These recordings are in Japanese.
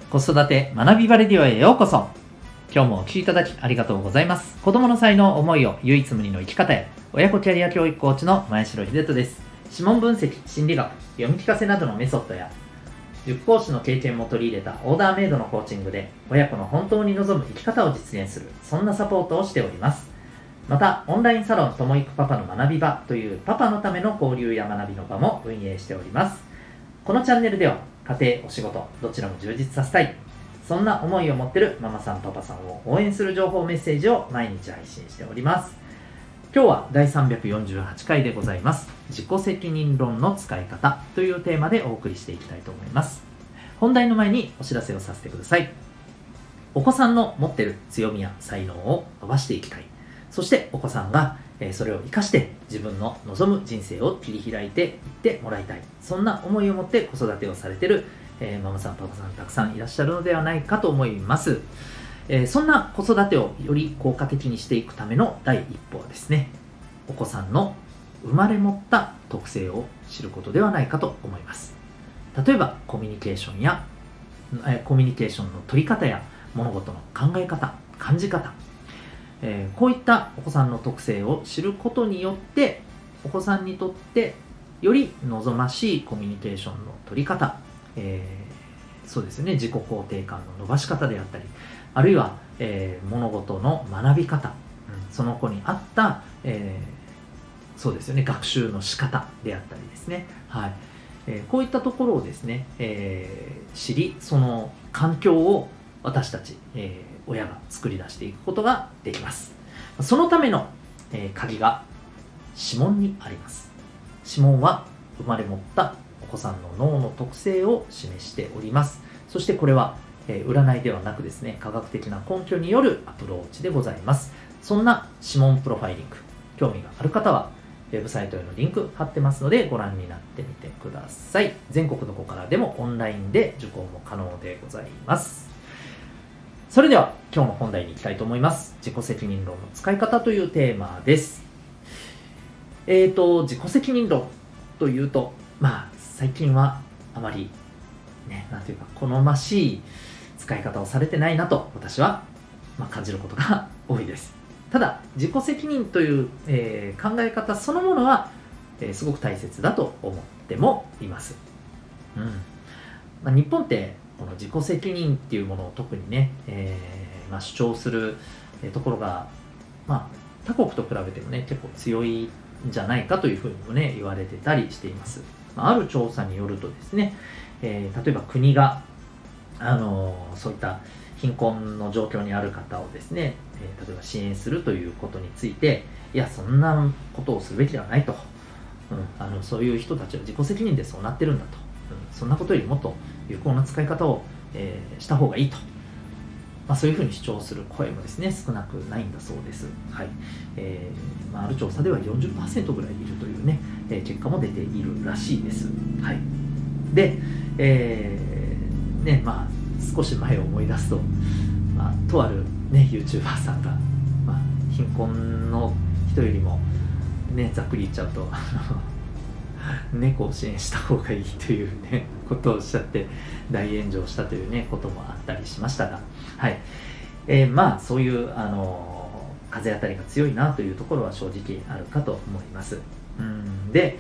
子育て学びバレディオへようこそ。今日もお聞きいただきありがとうございます。子供の才能、思いを唯一無二の生き方へ、親子キャリア教育コーチの前城秀人です。指紋分析、心理学、読み聞かせなどのメソッドや塾講師の経験も取り入れたオーダーメイドのコーチングで親子の本当に望む生き方を実現する、そんなサポートをしております。またオンラインサロンともいくパパの学び場というパパのための交流や学びの場も運営しております。このチャンネルでは家庭、お仕事どちらも充実させたい、そんな思いを持っているママさんパパさんを応援する情報メッセージを毎日配信しております。今日は第348回でございます。自己責任論の使い方というテーマでお送りしていきたいと思います。本題の前にお知らせをさせてください。お子さんの持っている強みや才能を伸ばしていきたい、そしてお子さんがそれを生かして自分の望む人生を切り開いていってもらいたい、そんな思いを持って子育てをされているママさんパパさんたくさんいらっしゃるのではないかと思います。そんな子育てをより効果的にしていくための第一歩はですね、お子さんの生まれ持った特性を知ることではないかと思います。例えばコミュニケーションの取り方や物事の考え方、感じ方、こういったお子さんの特性を知ることによってお子さんにとってより望ましいコミュニケーションの取り方、そうですね、自己肯定感の伸ばし方であったり、あるいは、物事の学び方、その子に合った、そうですよね、学習の仕方であったりですね、はい、こういったところをですね、知り、その環境を私たち、親が作り出していくことができます。そのための、鍵が指紋にあります。指紋は生まれ持ったお子さんの脳の特性を示しております。そしてこれは、占いではなくですね、科学的な根拠によるアプローチでございます。そんな指紋プロファイリング、興味がある方はウェブサイトへのリンク貼ってますのでご覧になってみてください。全国どこからでもオンラインで受講も可能でございます。それでは今日の本題に行きたいと思います。自己責任論の使い方というテーマです。自己責任論というと、最近はあまりね、なんていうか好ましい使い方をされてないなと私は、感じることが多いです。ただ自己責任という、考え方そのものは、すごく大切だと思ってもいます。日本ってこの自己責任っていうものを特にね、主張するところが、他国と比べてもね結構強いんじゃないかというふうにもね言われてたりしています。ある調査によるとですね、例えば国がそういった貧困の状況にある方をですね、例えば支援するということについて、いやそんなことをするべきではないと、そういう人たちは自己責任でそうなってるんだと、そんなことよりもっと有効な使い方を、した方がいいと、そういうふうに主張する声もですね少なくないんだそうです。はい、ある調査では 40% ぐらいいるというね、結果も出ているらしいです。はい、で、少し前を思い出すと、とある、YouTuber さんが、貧困の人よりも、ざっくり言っちゃうと猫を支援した方がいいということをおっしゃって大炎上したということもあったりしましたが、はい、そういう風当たりが強いなというところは正直あるかと思います。で、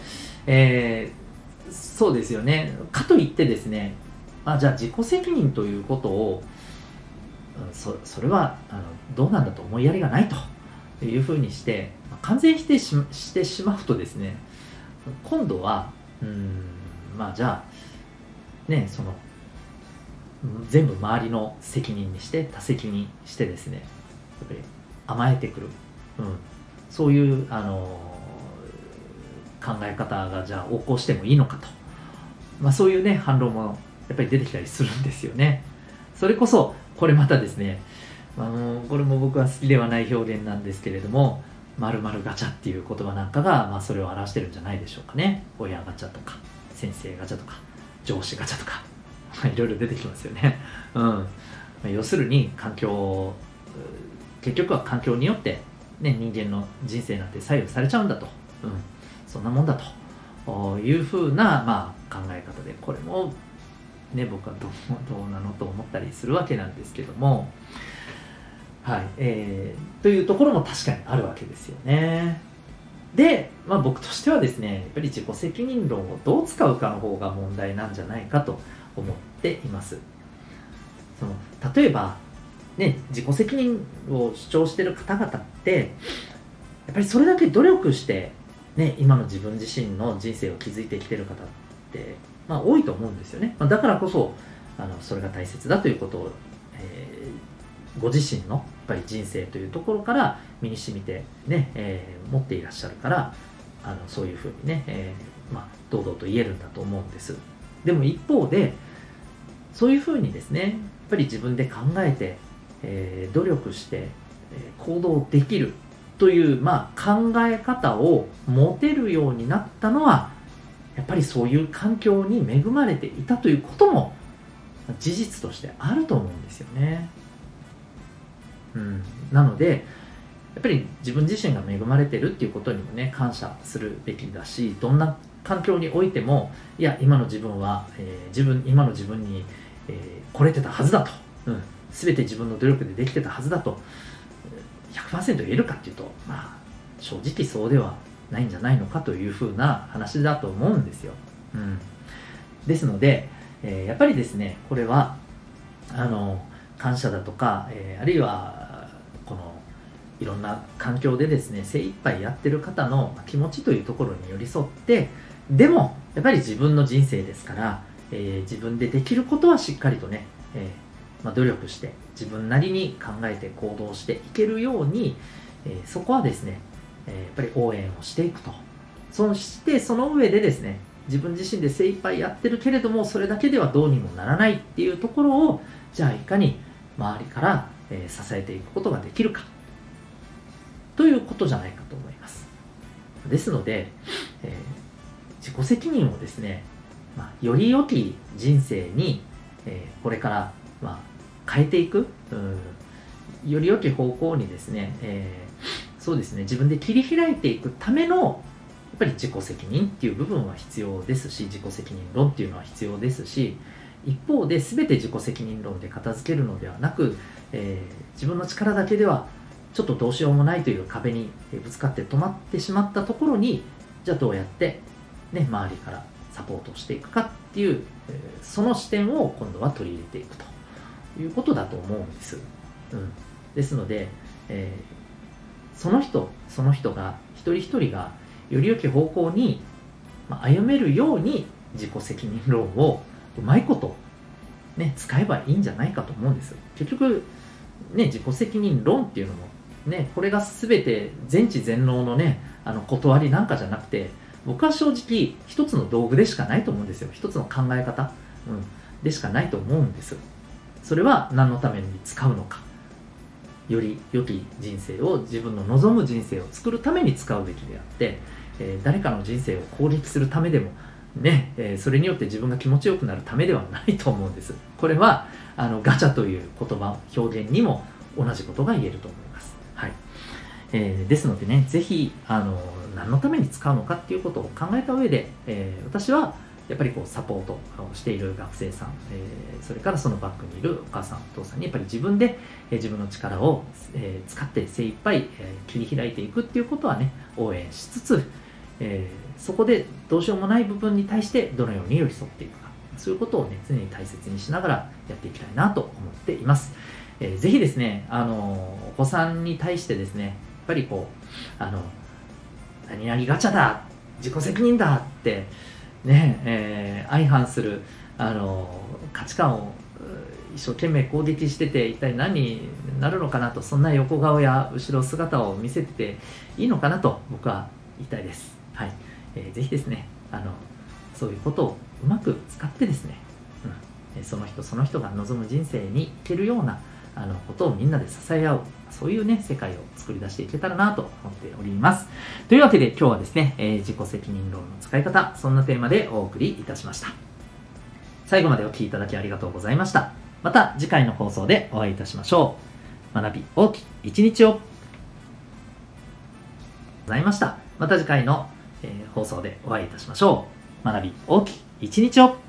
そうですよね。かといってですね、じゃあ自己責任ということを、それはどうなんだと思いやりがないというふうにして完全否定してしまうとですね、今度はじゃあね、その全部周りの責任にして他責にしてですね、やっぱり甘えてくる、そういう考え方がじゃあ横行してもいいのかと、そういう反論もやっぱり出てきたりするんですよね。それこそこれまたですね、これも僕は好きではない表現なんですけれども、〇〇ガチャっていう言葉なんかが、それを表してるんじゃないでしょうかね。親ガチャとか先生ガチャとか上司ガチャとかいろいろ出てきますよね。要するに結局は環境によって、人間の人生なんて左右されちゃうんだと、そんなもんだというふうな、考え方で、これもね、僕はどうなのと思ったりするわけなんですけども、はい、というところも確かにあるわけですよね。で、僕としてはですね、やっぱり自己責任論をどう使うかの方が問題なんじゃないかと思っています。例えば、ね、自己責任を主張している方々って、やっぱりそれだけ努力して、ね、今の自分自身の人生を築いてきている方って、多いと思うんですよね。だからこそ、それが大切だということを、ご自身のやっぱり人生というところから身に染みてね、持っていらっしゃるから、そういうふうにね、堂々と言えるんだと思うんです。でも一方で、そういうふうにですね、やっぱり自分で考えて、努力して、行動できるという、考え方を持てるようになったのは、やっぱりそういう環境に恵まれていたということも事実としてあると思うんですよね。なので、やっぱり自分自身が恵まれてるっていうことにもね、感謝するべきだし、どんな環境においても、いや、今の自分は、今の自分に、来れてたはずだと、全て自分の努力でできてたはずだと、100% 言えるかっていうと、正直そうではないんじゃないのかというふうな話だと思うんですよ。ですので、やっぱりですね、これは、感謝だとか、あるいは、この、いろんな環境でですね、精一杯やってる方の気持ちというところに寄り添って、でも、やっぱり自分の人生ですから、自分でできることはしっかりとね、努力して自分なりに考えて行動していけるように、そこはですね、やっぱり応援をしていくと。そしてその上でですね、自分自身で精一杯やってるけれども、それだけではどうにもならないっていうところを、じゃあいかに周りから、支えていくことができるかということじゃないかと思います。ですので、自己責任をですね、より良き人生に、これから、変えていく、より良き方向にですね、そうですね、自分で切り開いていくための、やっぱり自己責任っていう部分は必要ですし、自己責任論っていうのは必要ですし、一方で全て自己責任論で片付けるのではなく、自分の力だけではちょっとどうしようもないという壁にぶつかって止まってしまったところに、じゃあどうやって、周りからサポートしていくかっていう、その視点を今度は取り入れていくということだと思うんです。ですので、その人が一人一人がより良き方向に歩めるように自己責任論をうまいこと、使えばいいんじゃないかと思うんです。結局、自己責任論っていうのも、これが全て全知全能の断りなんかじゃなくて、僕は正直一つの道具でしかないと思うんですよ。一つの考え方、でしかないと思うんです。それは何のために使うのか。より良き人生を、自分の望む人生を作るために使うべきであって、誰かの人生を攻撃するためでもそれによって自分が気持ちよくなるためではないと思うんです。これはガチャという言葉表現にも同じことが言えると思います。ですのでね、ぜひ何のために使うのかっていうことを考えた上で、私はやっぱりサポートをしている学生さん、それからそのバックにいるお母さんお父さんにやっぱり自分で、自分の力を、使って精一杯、切り開いていくっていうことはね、応援しつつ、そこでどうしようもない部分に対してどのように寄り添っていくか、そういうことをね、常に大切にしながらやっていきたいなと思っています。ぜひですね、お子さんに対してですね、やっぱり何々ガチャだ、自己責任だって相反する価値観を一生懸命攻撃してて、一体何になるのかなと、そんな横顔や後ろ姿を見せていいのかなと僕は言いたいです。ぜひですね、そういうことをうまく使ってですね、その人が望む人生に行けるようなことをみんなで支え合う、そういう世界を作り出していけたらなと思っております。というわけで今日はですね、自己責任論の使い方、そんなテーマでお送りいたしました。最後までお聞きいただきありがとうございました。また次回の放送でお会いいたしましょう。学び大きい一日を。ございました。また次回の、放送でお会いいたしましょう。学び大きい一日を。